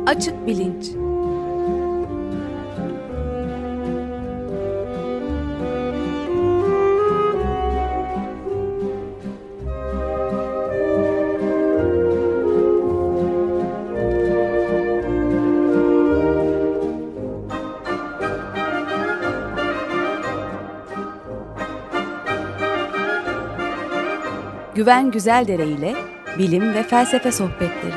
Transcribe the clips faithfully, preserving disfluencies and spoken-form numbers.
Açık Bilinç. Güven Güzeldere ile bilim ve felsefe sohbetleri.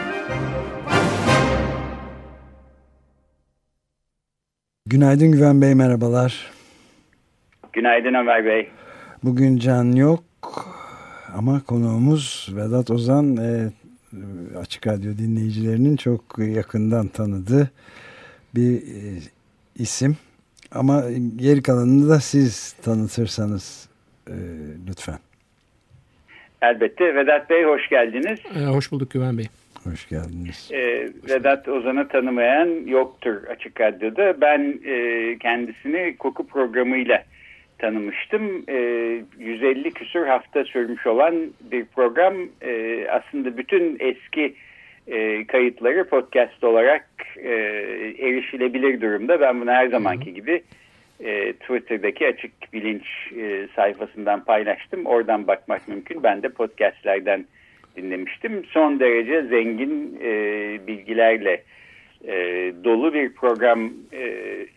Günaydın Güven Bey, merhabalar. Günaydın Ömer Bey. Bugün Can yok ama konuğumuz Vedat Ozan, e, Açık Radyo dinleyicilerinin çok yakından tanıdığı bir e, isim. Ama geri kalanını da siz tanıtırsanız e, lütfen. Elbette. Vedat Bey hoş geldiniz. Ee, hoş bulduk Güven Bey. Hoş geldiniz. Ee, Vedat Ozan'ı tanımayan yoktur Açık Radyo'da. Ben e, kendisini koku programıyla tanımıştım. E, yüz elli küsur hafta sürmüş olan bir program. E, aslında bütün eski e, kayıtları podcast olarak e, erişilebilir durumda. Ben bunu her zamanki gibi E, Twitter'daki Açık Bilinç e, sayfasından paylaştım. Oradan bakmak mümkün. Ben de podcastlerden dinlemiştim. Son derece zengin e, bilgilerle e, dolu bir program. E,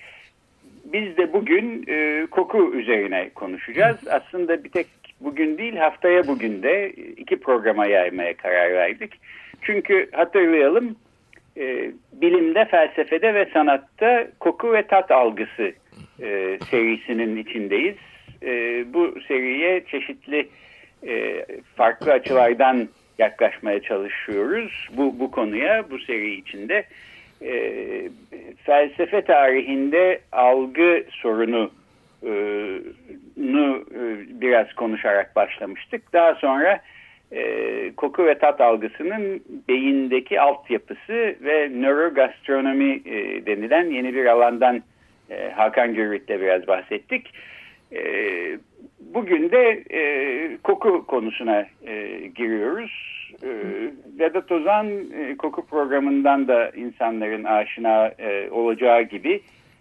biz de bugün e, koku üzerine konuşacağız. Aslında bir tek bugün değil, haftaya bugün de iki programa yaymaya karar verdik. Çünkü hatırlayalım, e, bilimde, felsefede ve sanatta koku ve tat algısı E, serisinin içindeyiz. E, bu seriye çeşitli e, farklı açılardan yaklaşmaya çalışıyoruz. Bu, bu konuya, bu seri içinde e, felsefe tarihinde algı sorunu e, nu e, biraz konuşarak başlamıştık. Daha sonra e, koku ve tat algısının beyindeki altyapısı ve nörogastronomi e, denilen yeni bir alandan Hakan Gürvit'le biraz bahsettik. Bugün de koku konusuna giriyoruz. Vedat Ozan koku programından da insanların aşina olacağı gibi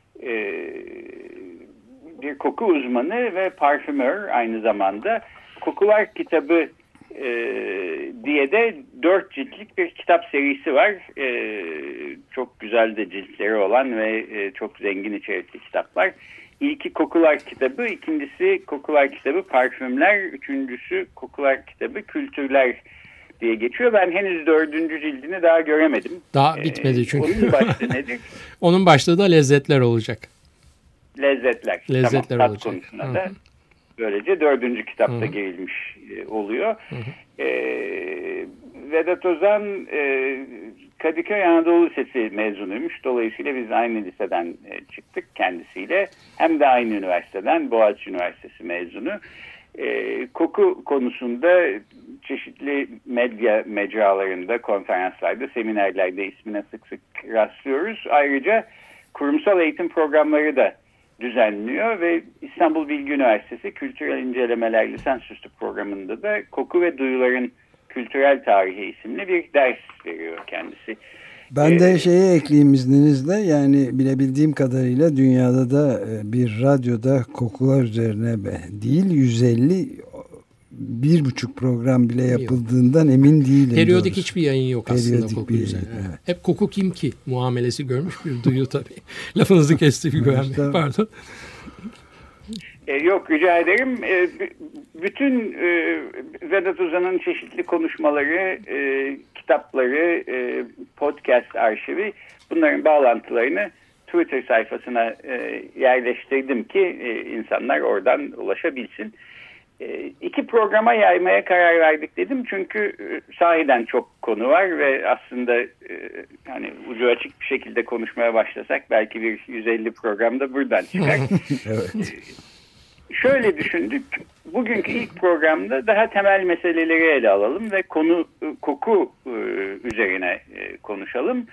bir koku uzmanı ve parfümör aynı zamanda. Kokular Kitabı diye de dört ciltlik bir kitap serisi var. Ee, çok güzel de ciltleri olan ve e, çok zengin içerikli kitaplar. İlki Kokular Kitabı, ikincisi Kokular Kitabı Parfümler, üçüncüsü Kokular Kitabı Kültürler diye geçiyor. Ben henüz dördüncü cildini daha göremedim. Daha bitmedi çünkü. Ee, onun başlığı nedir? Onun başlığı da lezzetler olacak. Lezzetler. Lezzetler tamam, olacak. Konusuna Hı-hı. da böylece dördüncü kitapta Hı-hı. girilmiş e, oluyor. E, Vedat Ozan e, Kadıköy Anadolu Lisesi mezunuymuş. Dolayısıyla biz aynı liseden e, çıktık kendisiyle. Hem de aynı üniversiteden, Boğaziçi Üniversitesi mezunu. E, koku konusunda çeşitli medya mecralarında, konferanslarda, seminerlerde ismine sık sık rastlıyoruz. Ayrıca kurumsal eğitim programları da düzenliyor ve İstanbul Bilgi Üniversitesi Kültürel İncelemeler Lisansüstü programında da Koku ve Duyuların Kültürel Tarihi isimli bir ders veriyor kendisi. Ben de şeye ekleyeyim izninizle, yani bilebildiğim kadarıyla dünyada da bir radyoda kokular üzerine değil yüz elli bir buçuk program bile yapıldığından yok. Emin değilim. Periyodik doğrusu. hiçbir yayın yok Periyodik aslında koku bir, üzerine. evet. Hep koku kim ki muamelesi görmüş bir duyu tabii. Lafınızı kesti bir güvenlik. Pardon. E, yok rica ederim. E, bütün e, Vedat Ozan'ın çeşitli konuşmaları, e, kitapları, e, podcast arşivi, bunların bağlantılarını Twitter sayfasına e, yerleştirdim ki e, insanlar oradan ulaşabilsin. E, iki programa yaymaya karar verdik dedim çünkü e, sahiden çok konu var ve aslında e, hani ucu açık bir şekilde konuşmaya başlasak belki bir yüz elli programda buradan çıkar. Evet. Şöyle düşündük, bugünkü ilk programda daha temel meseleleri ele alalım ve konu koku üzerine konuşalım.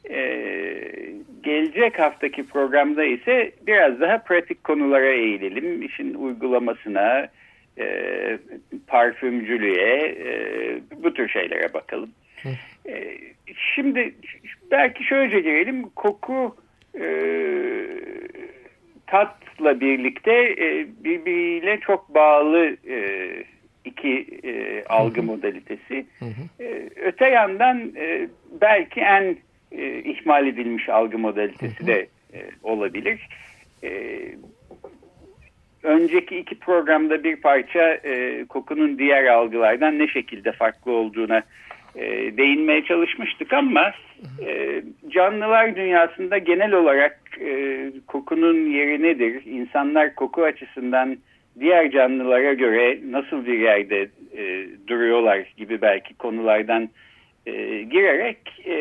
Gelecek haftaki programda ise biraz daha pratik konulara eğilelim. İşin uygulamasına, parfümcülüğe, bu tür şeylere bakalım. E, şimdi belki şöylece girelim. Koku e, tatla birlikte e, birbiriyle çok bağlı e, iki e, algı hı hı. modalitesi. Hı hı. E, öte yandan e, belki en e, ihmal edilmiş algı modalitesi hı hı. de e, olabilir. E, önceki iki programda bir parça e, kokunun diğer algılardan ne şekilde farklı olduğuna e, değinmeye çalışmıştık ama e, canlılar dünyasında genel olarak e, kokunun yeri nedir? İnsanlar koku açısından diğer canlılara göre nasıl bir yerde e, duruyorlar gibi belki konulardan e, girerek e,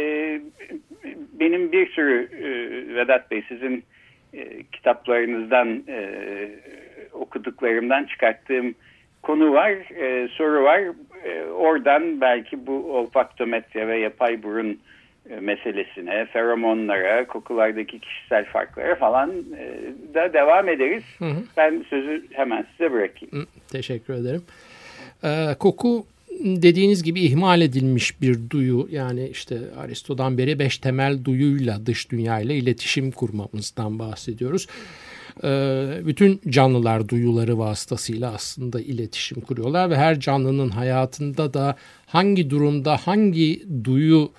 benim bir sürü e, Vedat Bey sizin e, kitaplarınızdan e, okuduklarımdan çıkarttığım konu var, e, soru var. E, oradan belki bu olfaktometre ve yapay burun e, meselesine, feromonlara, kokulardaki kişisel farklara falan e, da devam ederiz. Hı hı. Ben sözü hemen size bırakayım. Hı, teşekkür ederim. Ee, koku dediğiniz gibi ihmal edilmiş bir duyu. Yani işte Aristo'dan beri beş temel duyuyla dış dünyayla iletişim kurmamızdan bahsediyoruz. Bütün canlılar duyuları vasıtasıyla aslında iletişim kuruyorlar ve her canlının hayatında da hangi durumda hangi duyu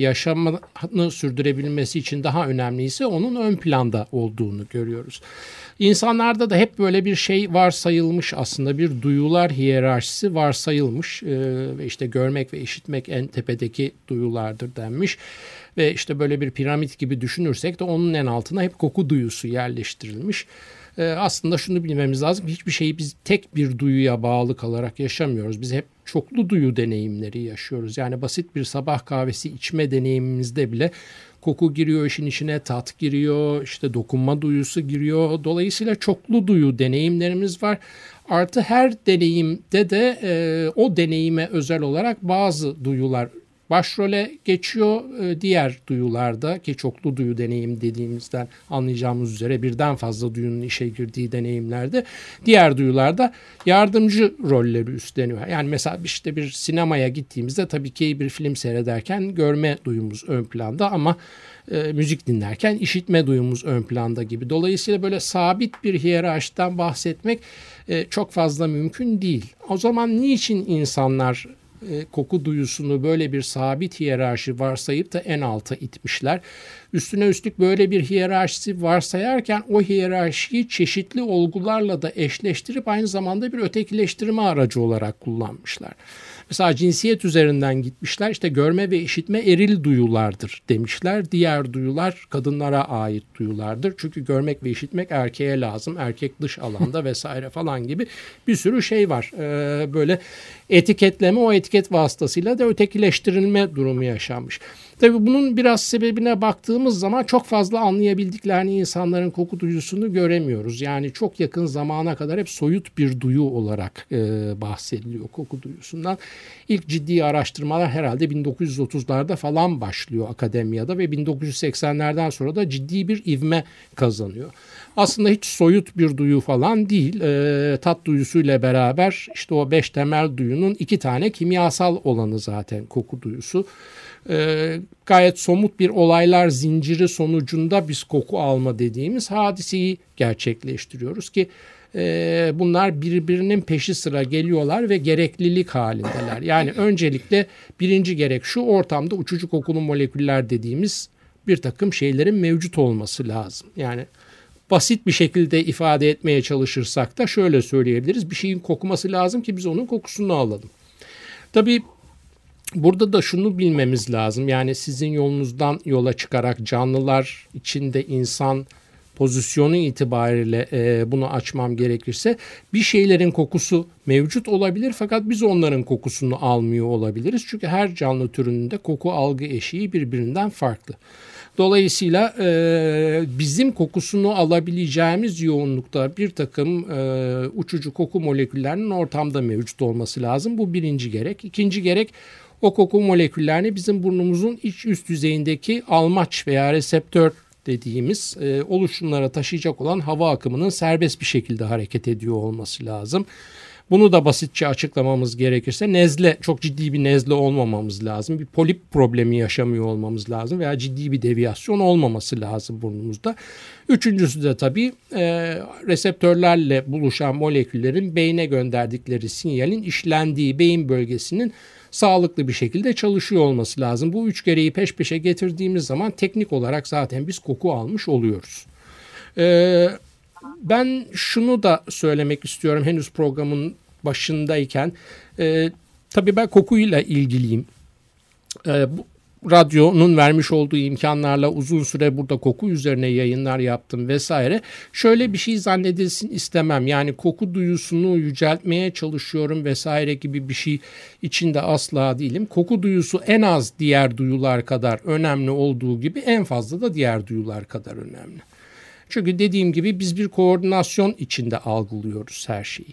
yaşamını sürdürebilmesi için daha önemliyse onun ön planda olduğunu görüyoruz. İnsanlarda da hep böyle bir şey varsayılmış, aslında bir duyular hiyerarşisi varsayılmış ee, ve işte görmek ve işitmek en tepedeki duyulardır denmiş. Ve işte böyle bir piramit gibi düşünürsek de onun en altına hep koku duyusu yerleştirilmiş. Ee, aslında şunu bilmemiz lazım. Hiçbir şeyi biz tek bir duyuya bağlı kalarak yaşamıyoruz. Biz hep çoklu duyu deneyimleri yaşıyoruz. Yani basit bir sabah kahvesi içme deneyimimizde bile koku giriyor işin içine, tat giriyor, işte dokunma duyusu giriyor. Dolayısıyla çoklu duyu deneyimlerimiz var. Artı her deneyimde de e, o deneyime özel olarak bazı duyular başrole geçiyor. Diğer duyularda ki çoklu duyu deneyim dediğimizden anlayacağımız üzere birden fazla duyunun işe girdiği deneyimlerde diğer duyularda yardımcı rolleri üstleniyor. Yani mesela işte bir sinemaya gittiğimizde tabii ki bir film seyrederken görme duyumuz ön planda ama e, müzik dinlerken işitme duyumuz ön planda gibi. Dolayısıyla böyle sabit bir hiyerarşiden bahsetmek e, çok fazla mümkün değil. O zaman niçin insanlar koku duyusunu böyle bir sabit hiyerarşi varsayıp da en alta itmişler? Üstüne üstlük böyle bir hiyerarşisi varsayarken o hiyerarşiyi çeşitli olgularla da eşleştirip aynı zamanda bir ötekileştirme aracı olarak kullanmışlar. Mesela cinsiyet üzerinden gitmişler. İşte görme ve işitme eril duyulardır demişler. Diğer duyular kadınlara ait duyulardır. Çünkü görmek ve işitmek erkeğe lazım. Erkek dış alanda vesaire falan gibi bir sürü şey var. Ee, böyle etiketleme, o etiket vasıtasıyla da ötekileştirilme durumu yaşanmış. Tabii bunun biraz sebebine baktığımız zaman çok fazla anlayabildiklerini insanların koku duyusunu göremiyoruz. Yani çok yakın zamana kadar hep soyut bir duyu olarak e, bahsediliyor koku duyusundan. İlk ciddi araştırmalar herhalde bin dokuz yüz otuzlarda falan başlıyor akademiyada ve bin dokuz yüz seksenlerden sonra da ciddi bir ivme kazanıyor. Aslında hiç soyut bir duyu falan değil. E, tat duyusuyla beraber işte o beş temel duyunun iki tane kimyasal olanı zaten koku duyusu. E, gayet somut bir olaylar zinciri sonucunda biz koku alma dediğimiz hadiseyi gerçekleştiriyoruz ki e, bunlar birbirinin peşi sıra geliyorlar ve gereklilik halindeler. Yani öncelikle birinci gerek şu: ortamda uçucu kokulu moleküller dediğimiz bir takım şeylerin mevcut olması lazım. Yani basit bir şekilde ifade etmeye çalışırsak da şöyle söyleyebiliriz: bir şeyin kokması lazım ki biz onun kokusunu alalım. Tabii burada da şunu bilmemiz lazım. Yani sizin yolunuzdan yola çıkarak canlılar içinde insan pozisyonu itibariyle e, bunu açmam gerekirse bir şeylerin kokusu mevcut olabilir fakat biz onların kokusunu almıyor olabiliriz. Çünkü her canlı türünün de koku algı eşiği birbirinden farklı. Dolayısıyla e, bizim kokusunu alabileceğimiz yoğunlukta bir takım e, uçucu koku moleküllerinin ortamda mevcut olması lazım. Bu birinci gerek. İkinci gerek, o koku moleküllerini bizim burnumuzun iç üst yüzeyindeki almaç veya reseptör dediğimiz e, oluşumlara taşıyacak olan hava akımının serbest bir şekilde hareket ediyor olması lazım. Bunu da basitçe açıklamamız gerekirse nezle, çok ciddi bir nezle olmamamız lazım. Bir polip problemi yaşamıyor olmamız lazım veya ciddi bir deviyasyon olmaması lazım burnumuzda. Üçüncüsü de tabii e, reseptörlerle buluşan moleküllerin beyne gönderdikleri sinyalin işlendiği beyin bölgesinin sağlıklı bir şekilde çalışıyor olması lazım. Bu üç gereği peş peşe getirdiğimiz zaman teknik olarak zaten biz koku almış oluyoruz. Ee, ben şunu da söylemek istiyorum henüz programın başındayken. E, tabii ben kokuyla ilgiliyim. E, bu, radyonun vermiş olduğu imkanlarla uzun süre burada koku üzerine yayınlar yaptım vesaire. Şöyle bir şey zannedilsin istemem. Yani koku duyusunu yüceltmeye çalışıyorum vesaire gibi bir şey içinde asla değilim. Koku duyusu en az diğer duyular kadar önemli olduğu gibi en fazla da diğer duyular kadar önemli. Çünkü dediğim gibi biz bir koordinasyon içinde algılıyoruz her şeyi.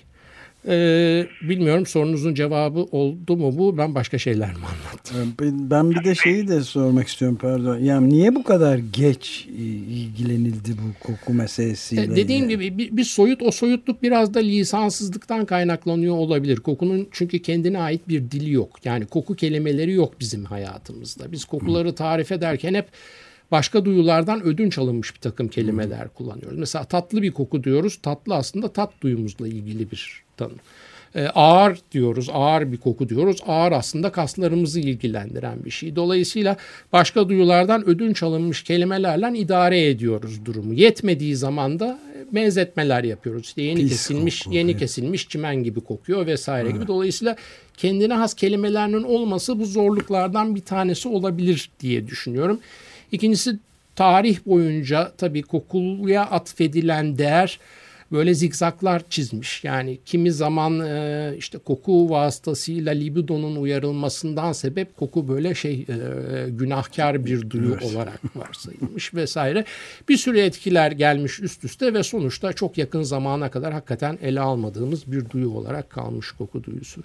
Ee, bilmiyorum sorunuzun cevabı oldu mu bu? Ben başka şeyler mi anlattım? Ben bir de şeyi de sormak istiyorum, pardon. Yani niye bu kadar geç ilgilenildi bu koku meselesiyle? Ee, dediğim gibi bir, bir soyut, o soyutluk biraz da lisansızlıktan kaynaklanıyor olabilir. Kokunun çünkü kendine ait bir dili yok. Yani koku kelimeleri yok bizim hayatımızda. Biz kokuları tarif ederken hep başka duyulardan ödünç alınmış bir takım kelimeler hmm. kullanıyoruz. Mesela tatlı bir koku diyoruz. Tatlı aslında tat duyumuzla ilgili bir tanım. Ee, ağır diyoruz. Ağır bir koku diyoruz. Ağır aslında kaslarımızı ilgilendiren bir şey. Dolayısıyla başka duyulardan ödünç alınmış kelimelerle idare ediyoruz durumu. Yetmediği zaman da benzetmeler yapıyoruz. İşte yeni Pis kesilmiş, koku, yeni evet. kesilmiş çimen gibi kokuyor vesaire evet. gibi. Dolayısıyla kendine has kelimelerinin olması bu zorluklardan bir tanesi olabilir diye düşünüyorum. İkincisi tarih boyunca tabii kokuya atfedilen değer böyle zikzaklar çizmiş. Yani kimi zaman e, işte koku vasıtasıyla libidonun uyarılmasından sebep koku böyle şey e, günahkar bir duyu evet. olarak varsayılmış vesaire. Bir sürü etkiler gelmiş üst üste ve sonuçta çok yakın zamana kadar hakikaten ele almadığımız bir duyu olarak kalmış koku duyusu.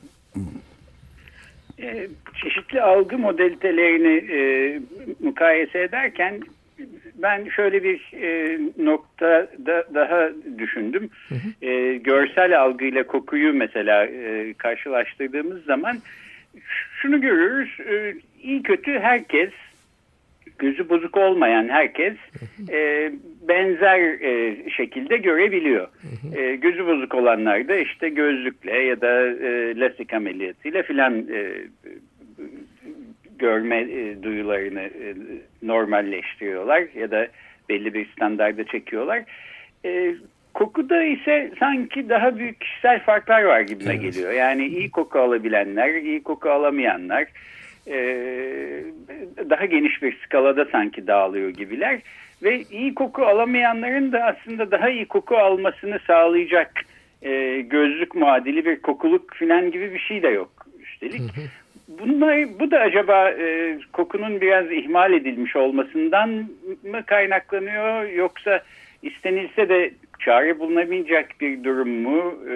Çeşitli algı modalitelerini e, mukayese ederken ben şöyle bir e, noktada daha düşündüm. Hı hı. E, görsel algıyla kokuyu mesela e, karşılaştırdığımız zaman şunu görürüz. E, iyi kötü herkes, gözü bozuk olmayan herkes e, benzer e, şekilde görebiliyor. Hı hı. E, gözü bozuk olanlar da işte gözlükle ya da e, lasik ameliyatıyla filan e, görme e, duyularını e, normalleştiriyorlar ya da belli bir standarda çekiyorlar. E, kokuda ise sanki daha büyük kişisel farklar var gibime evet. geliyor. Yani iyi koku alabilenler, iyi koku alamayanlar, Ee, daha geniş bir skalada sanki dağılıyor gibiler ve iyi koku alamayanların da aslında daha iyi koku almasını sağlayacak e, gözlük muadili bir kokuluk filan gibi bir şey de yok üstelik. Bunlar, bu da acaba e, kokunun biraz ihmal edilmiş olmasından mı kaynaklanıyor yoksa istenilse de çare bulunamayacak bir durum mu? E,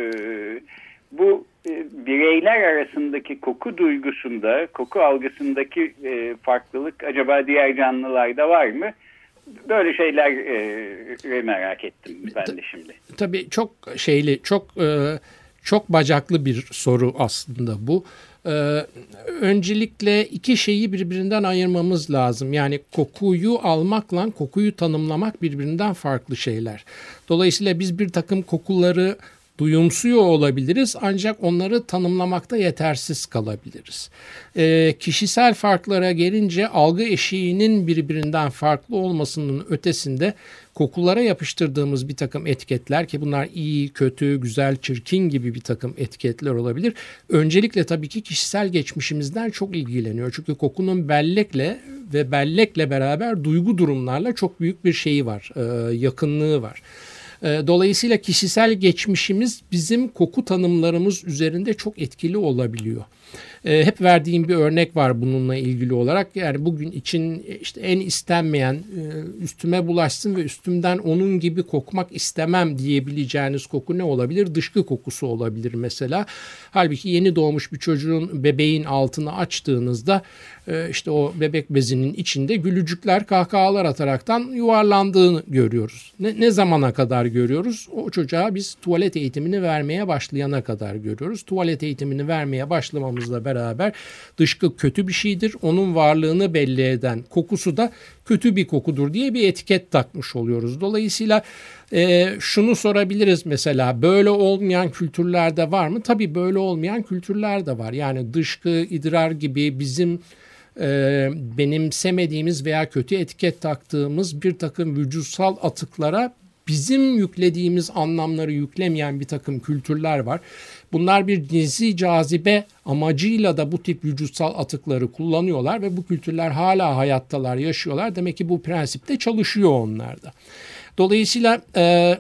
bu e, bireyler arasındaki koku duygusunda, koku algısındaki e, farklılık acaba diğer canlılarda var mı? Böyle şeyler e, merak ettim ben de şimdi. Tabii çok şeyli, çok e, çok bacaklı bir soru aslında bu. E, öncelikle iki şeyi birbirinden ayırmamız lazım. Yani kokuyu almakla kokuyu tanımlamak birbirinden farklı şeyler. Dolayısıyla biz bir takım kokuları duyumsuyor olabiliriz ancak onları tanımlamakta yetersiz kalabiliriz. E, kişisel farklara gelince algı eşiğinin birbirinden farklı olmasının ötesinde kokulara yapıştırdığımız bir takım etiketler ki bunlar iyi, kötü, güzel, çirkin gibi bir takım etiketler olabilir. Öncelikle tabii ki kişisel geçmişimizden çok ilgileniyor. Çünkü kokunun bellekle ve bellekle beraber duygu durumlarla çok büyük bir şeyi var, e, yakınlığı var. Dolayısıyla kişisel geçmişimiz bizim koku tanımlarımız üzerinde çok etkili olabiliyor. E, hep verdiğim bir örnek var bununla ilgili olarak. Yani bugün için işte en istenmeyen, e, üstüme bulaşsın ve üstümden onun gibi kokmak istemem diyebileceğiniz koku ne olabilir? Dışkı kokusu olabilir mesela. Halbuki yeni doğmuş bir çocuğun bebeğin altını açtığınızda e, işte o bebek bezinin içinde gülücükler, kahkahalar ataraktan yuvarlandığını görüyoruz. Ne, ne zamana kadar görüyoruz? O çocuğa biz tuvalet eğitimini vermeye başlayana kadar görüyoruz. Tuvalet eğitimini vermeye başlamamızla beraber dışkı kötü bir şeydir. Onun varlığını belli eden kokusu da kötü bir kokudur diye bir etiket takmış oluyoruz. Dolayısıyla e, şunu sorabiliriz mesela, böyle olmayan kültürlerde var mı? Tabii böyle olmayan kültürler de var. Yani dışkı, idrar gibi bizim e, benimsemediğimiz veya kötü etiket taktığımız bir takım vücutsal atıklara bizim yüklediğimiz anlamları yüklemeyen bir takım kültürler var. Bunlar bir cinsi cazibe amacıyla da bu tip vücutsal atıkları kullanıyorlar ve bu kültürler hala hayattalar, yaşıyorlar. Demek ki bu prensip de çalışıyor onlarda. Dolayısıyla e,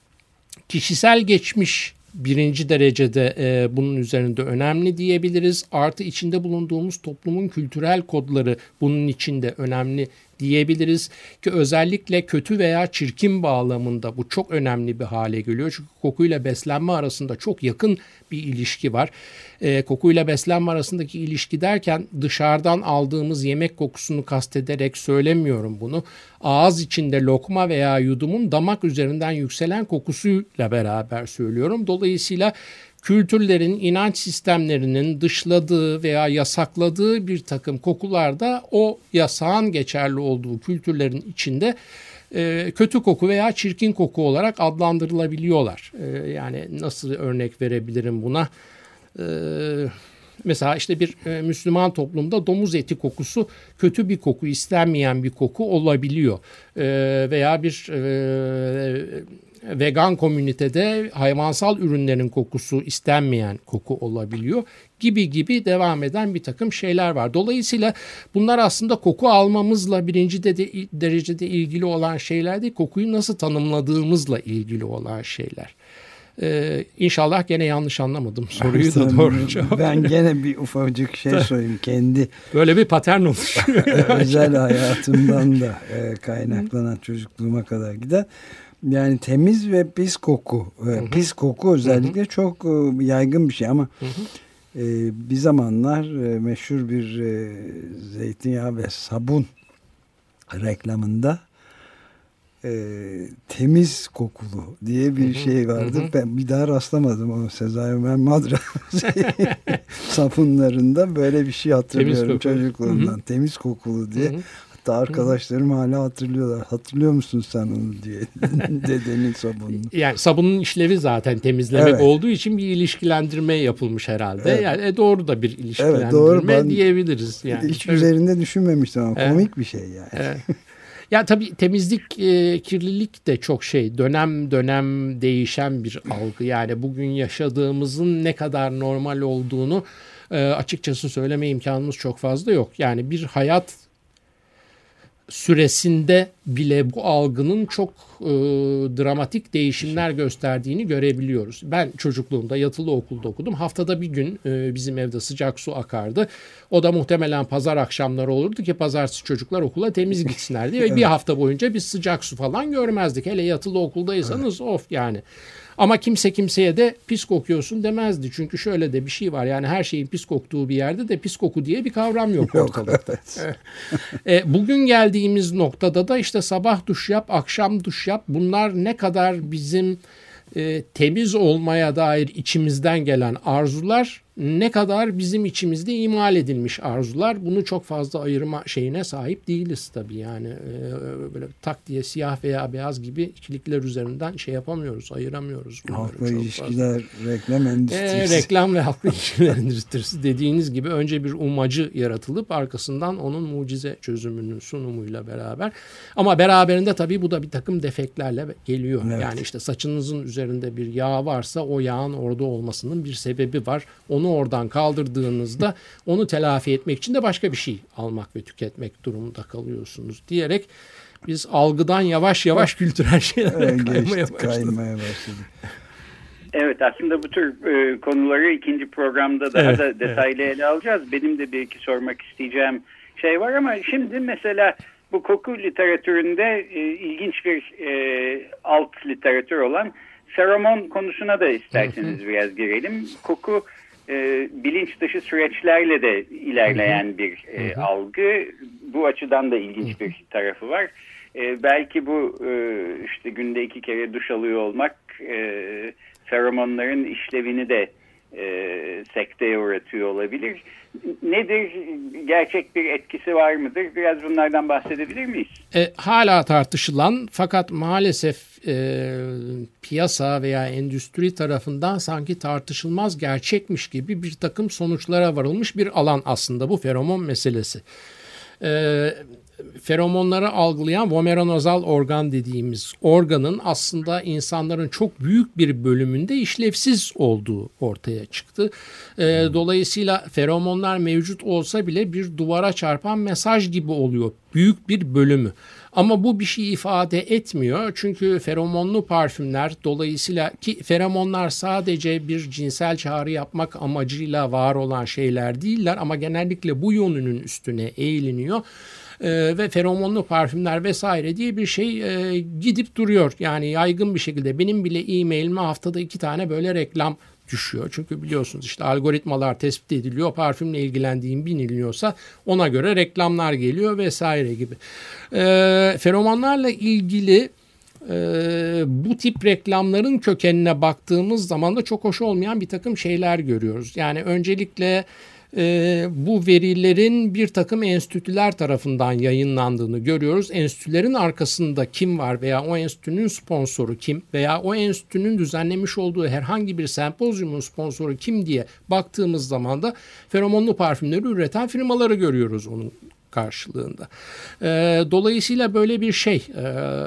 kişisel geçmiş birinci derecede e, bunun üzerinde önemli diyebiliriz. Artı içinde bulunduğumuz toplumun kültürel kodları bunun içinde önemli diyebiliriz ki özellikle kötü veya çirkin bağlamında bu çok önemli bir hale geliyor. Çünkü kokuyla beslenme arasında çok yakın bir ilişki var. E, kokuyla beslenme arasındaki ilişki derken dışarıdan aldığımız yemek kokusunu kastederek söylemiyorum bunu. Ağız içinde lokma veya yudumun damak üzerinden yükselen kokusuyla beraber söylüyorum. Dolayısıyla kültürlerin, inanç sistemlerinin dışladığı veya yasakladığı bir takım kokular da o yasağın geçerli olduğu kültürlerin içinde e, kötü koku veya çirkin koku olarak adlandırılabiliyorlar. E, yani nasıl örnek verebilirim buna? E, mesela işte bir e, Müslüman toplumda domuz eti kokusu kötü bir koku, istenmeyen bir koku olabiliyor. E, veya bir e, vegan komünitede hayvansal ürünlerin kokusu istenmeyen koku olabiliyor gibi gibi devam eden bir takım şeyler var. Dolayısıyla bunlar aslında koku almamızla birinci de de, derecede ilgili olan şeyler değil, kokuyu nasıl tanımladığımızla ilgili olan şeyler. Ee, İnşallah gene yanlış anlamadım soruyu da doğru cevap. Ben gene bir ufacık şey sorayım kendi. Böyle bir patern oluşuyor. Özel hayatımdan da e, kaynaklanan çocukluğuma kadar giden. Yani temiz ve pis koku. Hı hı. Pis koku özellikle hı hı. çok e, yaygın bir şey ama hı hı. E, bir zamanlar e, meşhur bir e, zeytinyağı ve sabun reklamında e, temiz kokulu diye bir hı hı. şey vardı. Hı hı. Ben bir daha rastlamadım o Sezai Ömer Madra sabunlarında böyle bir şey hatırlıyorum temiz çocukluğumdan. Hı hı. Temiz kokulu diye. Hı hı. Arkadaşlarım hala hatırlıyorlar. Hatırlıyor musun sen onu diye. Dedenin sabununu. Yani sabunun işlevi zaten temizlemek evet. olduğu için bir ilişkilendirme yapılmış herhalde. Evet. Yani e, doğru da bir ilişkilendirme evet, doğru. Ben diyebiliriz. Yani. Hiç evet. üzerinde düşünmemiştim ama evet. komik bir şey yani. Evet. Ya tabii temizlik, e, kirlilik de çok şey. Dönem dönem değişen bir algı. Yani bugün yaşadığımızın ne kadar normal olduğunu e, açıkçası söyleme imkanımız çok fazla yok. Yani bir hayat süresinde bile bu algının çok e, dramatik değişimler gösterdiğini görebiliyoruz. Ben çocukluğumda yatılı okulda okudum. Haftada bir gün e, bizim evde sıcak su akardı. O da muhtemelen pazar akşamları olurdu ki pazartesi çocuklar okula temiz gitsinler diye. Ve evet. bir hafta boyunca biz sıcak su falan görmezdik. Hele yatılı okuldaysanız evet. of yani. Ama kimse kimseye de pis kokuyorsun demezdi. Çünkü şöyle de bir şey var. Yani her şeyin pis koktuğu bir yerde de pis koku diye bir kavram yok ortalıkta. Evet. e, bugün geldiğimiz noktada da işte sabah duş yap, akşam duş yap. Bunlar ne kadar bizim e, temiz olmaya dair içimizden gelen arzular, ne kadar bizim içimizde imal edilmiş arzular. Bunu çok fazla ayırma şeyine sahip değiliz tabii. Yani e, böyle tak diye siyah veya beyaz gibi ikilikler üzerinden şey yapamıyoruz, ayıramıyoruz. Halkla ilişkiler, fazla. reklam endüstrisi. E, reklam ve halkla ilişkiler endüstrisi dediğiniz gibi önce bir umacı yaratılıp arkasından onun mucize çözümünün sunumuyla beraber. Ama beraberinde tabii bu da bir takım defektlerle geliyor. Evet. Yani işte saçınızın üzerinde bir yağ varsa o yağın orada olmasının bir sebebi var. Onu oradan kaldırdığınızda onu telafi etmek için de başka bir şey almak ve tüketmek durumunda kalıyorsunuz diyerek biz algıdan yavaş yavaş kültürel şeylere evet, kaymaya başladık. kaymaya başladık. Evet, aslında bu tür e, konuları ikinci programda daha evet, da detaylı evet. ele alacağız. Benim de bir iki sormak isteyeceğim şey var ama şimdi mesela bu koku literatüründe e, ilginç bir e, alt literatür olan feromon konusuna da isterseniz biraz girelim. Koku e, bilinç dışı süreçlerle de ilerleyen bir e, algı. Bu açıdan da ilginç bir tarafı var. E, belki bu e, işte günde iki kere duş alıyor olmak e, feromonların işlevini de e, sekteye uğratıyor olabilir. Nedir? Gerçek bir etkisi var mıdır? Biraz bunlardan bahsedebilir miyiz? E, hala tartışılan fakat maalesef e, piyasa veya endüstri tarafından sanki tartışılmaz gerçekmiş gibi bir takım sonuçlara varılmış bir alan aslında bu feromon meselesi. E, feromonları algılayan vomeronozal organ dediğimiz organın aslında insanların çok büyük bir bölümünde işlevsiz olduğu ortaya çıktı. E, dolayısıyla feromonlar mevcut olsa bile bir duvara çarpan mesaj gibi oluyor büyük bir bölümü. Ama bu bir şey ifade etmiyor. Çünkü feromonlu parfümler dolayısıyla ki feromonlar sadece bir cinsel çağrı yapmak amacıyla var olan şeyler değiller ama genellikle bu yönünün üstüne eğiliniyor. Ee, ve feromonlu parfümler vesaire diye bir şey e, gidip duruyor. Yani yaygın bir şekilde benim bile e-mailime haftada iki tane böyle reklam düşüyor. Çünkü biliyorsunuz işte algoritmalar tespit ediliyor. Parfümle ilgilendiğim biliniyorsa ona göre reklamlar geliyor vesaire gibi. Ee, feromonlarla ilgili e, bu tip reklamların kökenine baktığımız zaman da çok hoş olmayan bir takım şeyler görüyoruz. Yani öncelikle e, bu verilerin bir takım enstitüler tarafından yayınlandığını görüyoruz. Enstitülerin arkasında kim var veya o enstitünün sponsoru kim veya o enstitünün düzenlemiş olduğu herhangi bir sempozyumun sponsoru kim diye baktığımız zaman da feromonlu parfümleri üreten firmaları görüyoruz onun karşılığında. E, dolayısıyla böyle bir şey e,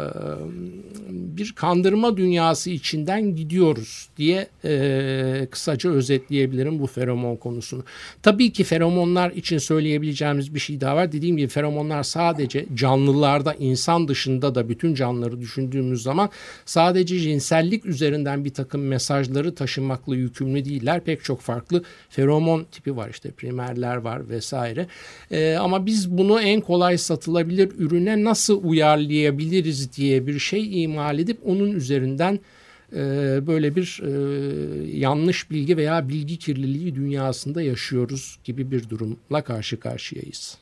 bir kandırma dünyası içinden gidiyoruz diye e, kısaca özetleyebilirim bu feromon konusunu. Tabii ki feromonlar için söyleyebileceğimiz bir şey daha var. Dediğim gibi feromonlar sadece canlılarda, insan dışında da bütün canlıları düşündüğümüz zaman sadece cinsellik üzerinden bir takım mesajları taşımakla yükümlü değiller. Pek çok farklı feromon tipi var, işte primerler var vesaire. E, ama biz bunu en kolay satılabilir ürüne nasıl uyarlayabiliriz diye bir şey imal edip onun üzerinden e, böyle bir e, yanlış bilgi veya bilgi kirliliği dünyasında yaşıyoruz gibi bir durumla karşı karşıyayız.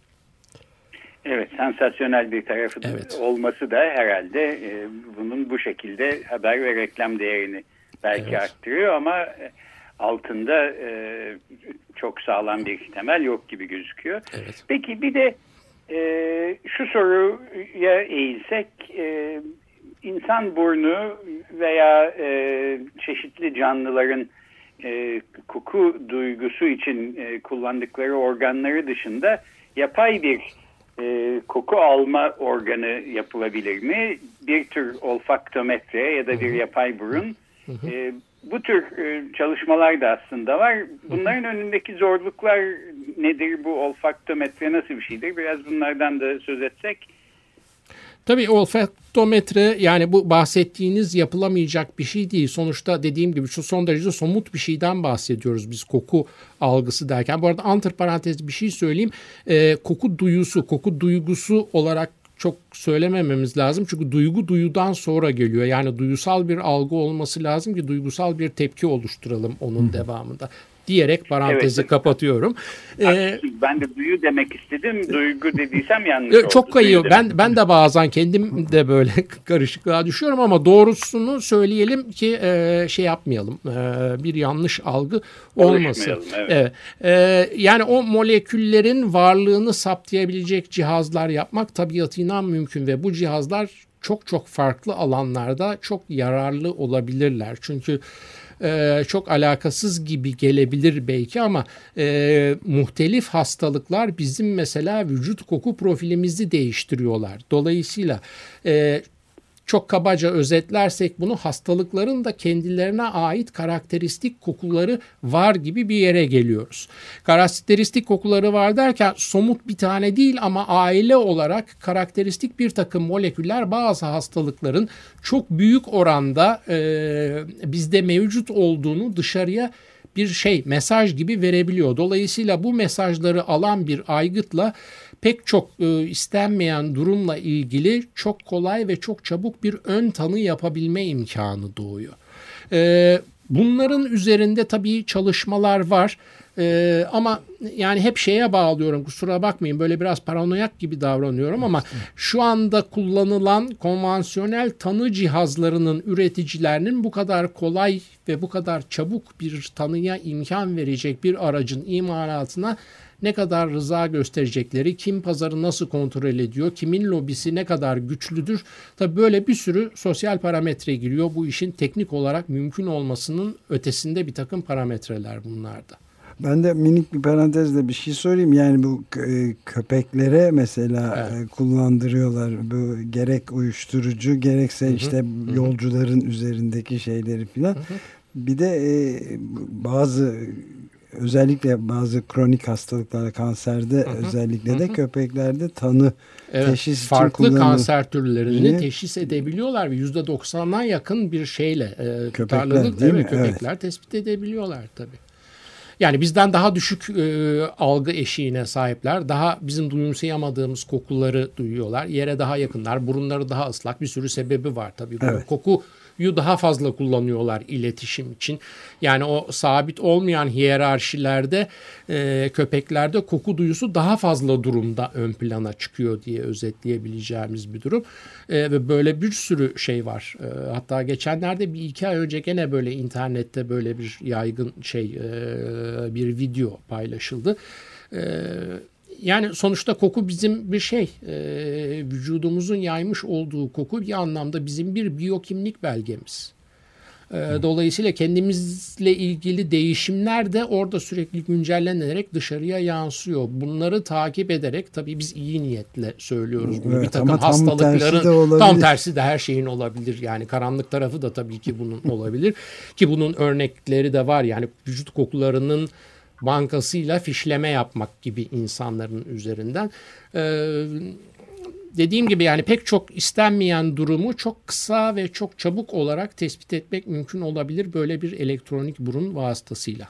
Evet, sansasyonel bir tarafı evet. olması da herhalde e, bunun bu şekilde haber ve reklam değerini belki evet. arttırıyor ama altında e, çok sağlam bir temel yok gibi gözüküyor. Evet. Peki bir de e, şu soruya eğilsek, e, insan burnu veya e, çeşitli canlıların e, koku duygusu için e, kullandıkları organları dışında yapay bir e, koku alma organı yapılabilir mi? Bir tür olfaktometre ya da bir yapay burun. Hı hı. E, bu tür e, çalışmalar da aslında var. Bunların önündeki zorluklar nedir? Bu olfaktometre nasıl bir şeydir? Biraz bunlardan da söz etsek. Tabii olfaktometre, yani bu bahsettiğiniz yapılamayacak bir şey değil. Sonuçta dediğim gibi şu son derece somut bir şeyden bahsediyoruz biz koku algısı derken. Bu arada antiparantez bir şey söyleyeyim. E, koku duyusu, koku duygusu olarak çok söylemememiz lazım. Çünkü duygu duyudan sonra geliyor. Yani duygusal bir algı olması lazım ki duygusal bir tepki oluşturalım onun Hı. devamında. Diyerek parantezi evet. kapatıyorum. Ee, ben de duyu demek istedim. Duygu dediysem yanlış oldu. Çok kayıyor. Ben ben de bazen kendim de böyle karışıklığa düşüyorum ama doğrusunu söyleyelim ki e, şey yapmayalım. E, bir yanlış algı olmasın. Evet. Evet. E, yani o moleküllerin varlığını saptayabilecek cihazlar yapmak tabiatıyla mümkün ve bu cihazlar çok çok farklı alanlarda çok yararlı olabilirler. Çünkü Ee, çok alakasız gibi gelebilir belki ama e, muhtelif hastalıklar bizim mesela vücut koku profilimizi değiştiriyorlar. Dolayısıyla e, çok kabaca özetlersek bunu, hastalıkların da kendilerine ait karakteristik kokuları var gibi bir yere geliyoruz. Karakteristik kokuları var derken somut bir tane değil ama aile olarak karakteristik bir takım moleküller bazı hastalıkların çok büyük oranda e, bizde mevcut olduğunu dışarıya bir şey, mesaj gibi verebiliyor. Dolayısıyla bu mesajları alan bir aygıtla pek çok e, istenmeyen durumla ilgili çok kolay ve çok çabuk bir ön tanı yapabilme imkanı doğuyor. E, bunların üzerinde tabii çalışmalar var. Ee, ama yani hep şeye bağlıyorum, kusura bakmayın, böyle biraz paranoyak gibi davranıyorum ama şu anda kullanılan konvansiyonel tanı cihazlarının üreticilerinin bu kadar kolay ve bu kadar çabuk bir tanıya imkan verecek bir aracın imalatına ne kadar rıza gösterecekleri, kim pazarı nasıl kontrol ediyor, kimin lobisi ne kadar güçlüdür. Tabii böyle bir sürü sosyal parametre giriyor. Bu işin teknik olarak mümkün olmasının ötesinde bir takım parametreler bunlarda. Ben de minik bir parantezle bir şey sorayım. Yani bu köpeklere mesela evet. kullandırıyorlar. Bu gerek uyuşturucu gerekse hı hı. işte hı hı. yolcuların üzerindeki şeyleri filan. Hı hı. Bir de e, bazı özellikle bazı kronik hastalıklarda, kanserde hı hı. özellikle de hı hı. köpeklerde tanı evet, teşhis farklı için kanser türlerini teşhis edebiliyorlar ve yüzde doksana yakın bir şeyle e, köpekler değil mi? Köpekler evet. tespit edebiliyorlar tabii. Yani bizden daha düşük e, algı eşiğine sahipler. Daha bizim duyumsayamadığımız kokuları duyuyorlar. Yere daha yakınlar. Burunları daha ıslak. Bir sürü sebebi var tabii. Evet. Kokuyu daha fazla kullanıyorlar iletişim için. Yani o sabit olmayan hiyerarşilerde e, köpeklerde koku duyusu daha fazla durumda ön plana çıkıyor diye özetleyebileceğimiz bir durum. E, ve böyle bir sürü şey var. E, hatta geçenlerde bir iki ay önce gene böyle internette böyle bir yaygın şey e, bir video paylaşıldı. E, Yani sonuçta koku bizim bir şey, e, vücudumuzun yaymış olduğu koku bir anlamda bizim bir biyokimlik belgemiz. E, dolayısıyla kendimizle ilgili değişimler de orada sürekli güncellenerek dışarıya yansıyor. Bunları takip ederek, tabii biz iyi niyetle söylüyoruz bunu. Evet, bir takım tam hastalıkların tersi tam tersi de her şeyin olabilir. Yani karanlık tarafı da tabii ki bunun olabilir. Ki bunun örnekleri de var. Yani vücut kokularının bankasıyla fişleme yapmak gibi insanların üzerinden. Ee, dediğim gibi yani pek çok istenmeyen durumu çok kısa ve çok çabuk olarak tespit etmek mümkün olabilir böyle bir elektronik burun vasıtasıyla.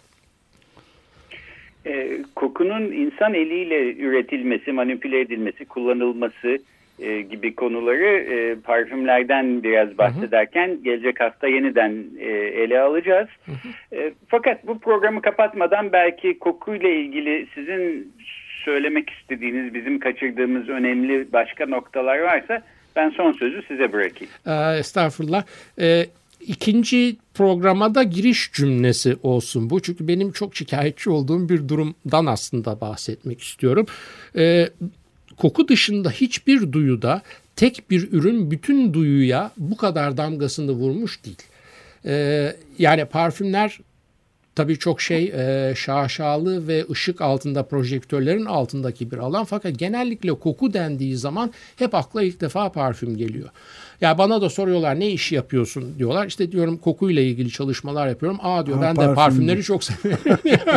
E, kokunun insan eliyle üretilmesi, manipüle edilmesi, kullanılması e, gibi konuları e, parfümlerden biraz bahsederken hı hı. gelecek hafta yeniden e, ele alacağız. Hı hı. E, fakat bu programı kapatmadan belki kokuyla ilgili sizin söylemek istediğiniz, bizim kaçırdığımız önemli başka noktalar varsa ben son sözü size bırakayım. Ee, estağfurullah. Ee, ikinci programa da giriş cümlesi olsun bu. Çünkü benim çok şikayetçi olduğum bir durumdan aslında bahsetmek istiyorum. Ee, Koku dışında hiçbir duyuda tek bir ürün bütün duyuya bu kadar damgasını vurmuş değil. Ee, yani parfümler tabii çok şey e, şaşalı ve ışık altında projektörlerin altındaki bir alan. Fakat genellikle koku dendiği zaman hep akla ilk defa parfüm geliyor. Ya bana da soruyorlar ne iş yapıyorsun diyorlar. İşte diyorum kokuyla ilgili çalışmalar yapıyorum. Aa diyor ha, ben parfüm de parfümleri mi? Çok seviyorum.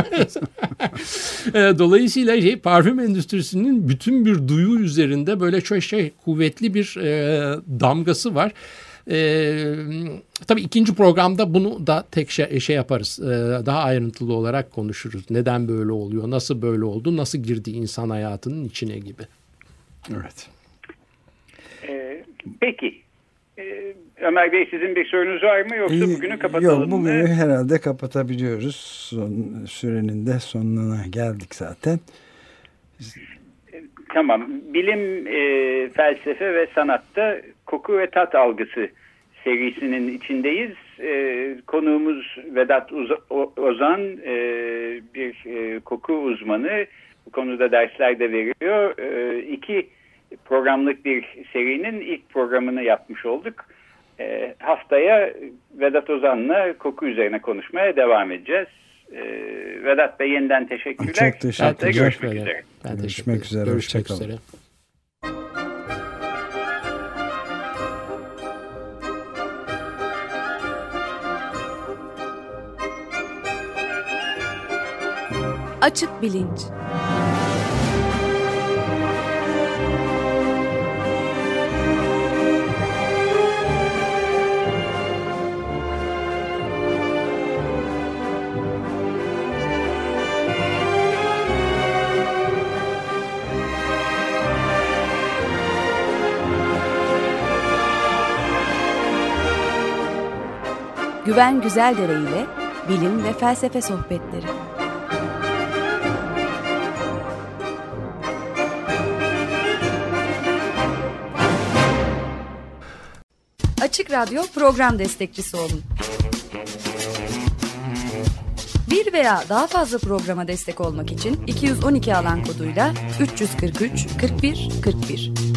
Dolayısıyla şey, parfüm endüstrisinin bütün bir duyu üzerinde böyle çok şey kuvvetli bir e, damgası var. Ee, tabii ikinci programda bunu da tek şey, şey yaparız. Ee, daha ayrıntılı olarak konuşuruz. Neden böyle oluyor? Nasıl böyle oldu? Nasıl girdi insan hayatının içine gibi. Evet. Ee, peki. Ee, Ömer Bey sizin bir sorunuz var mı? Yoksa bugünü kapatalım Yok, mı? Bugünü herhalde kapatabiliyoruz. Son, sürenin de sonuna geldik zaten. Tamam. Bilim, e, felsefe ve sanatta koku ve tat algısı serisinin içindeyiz. E, konuğumuz Vedat Ozan, e, bir e, koku uzmanı. Bu konuda dersler de veriyor. E, iki programlık bir serinin ilk programını yapmış olduk. E, haftaya Vedat Ozan'la koku üzerine konuşmaya devam edeceğiz. Ee, Vedat Bey yeniden teşekkürler. Çok teşekkürler. Görüşmek üzere. Ben Görüşmek üzere. Görüşmek üzere. Açık Bilinç. Güven Güzeldere ile bilim ve felsefe sohbetleri. Açık Radyo program destekçisi olun. Bir veya daha fazla programa destek olmak için iki yüz on iki alan koduyla üç yüz kırk üç kırk bir kırk bir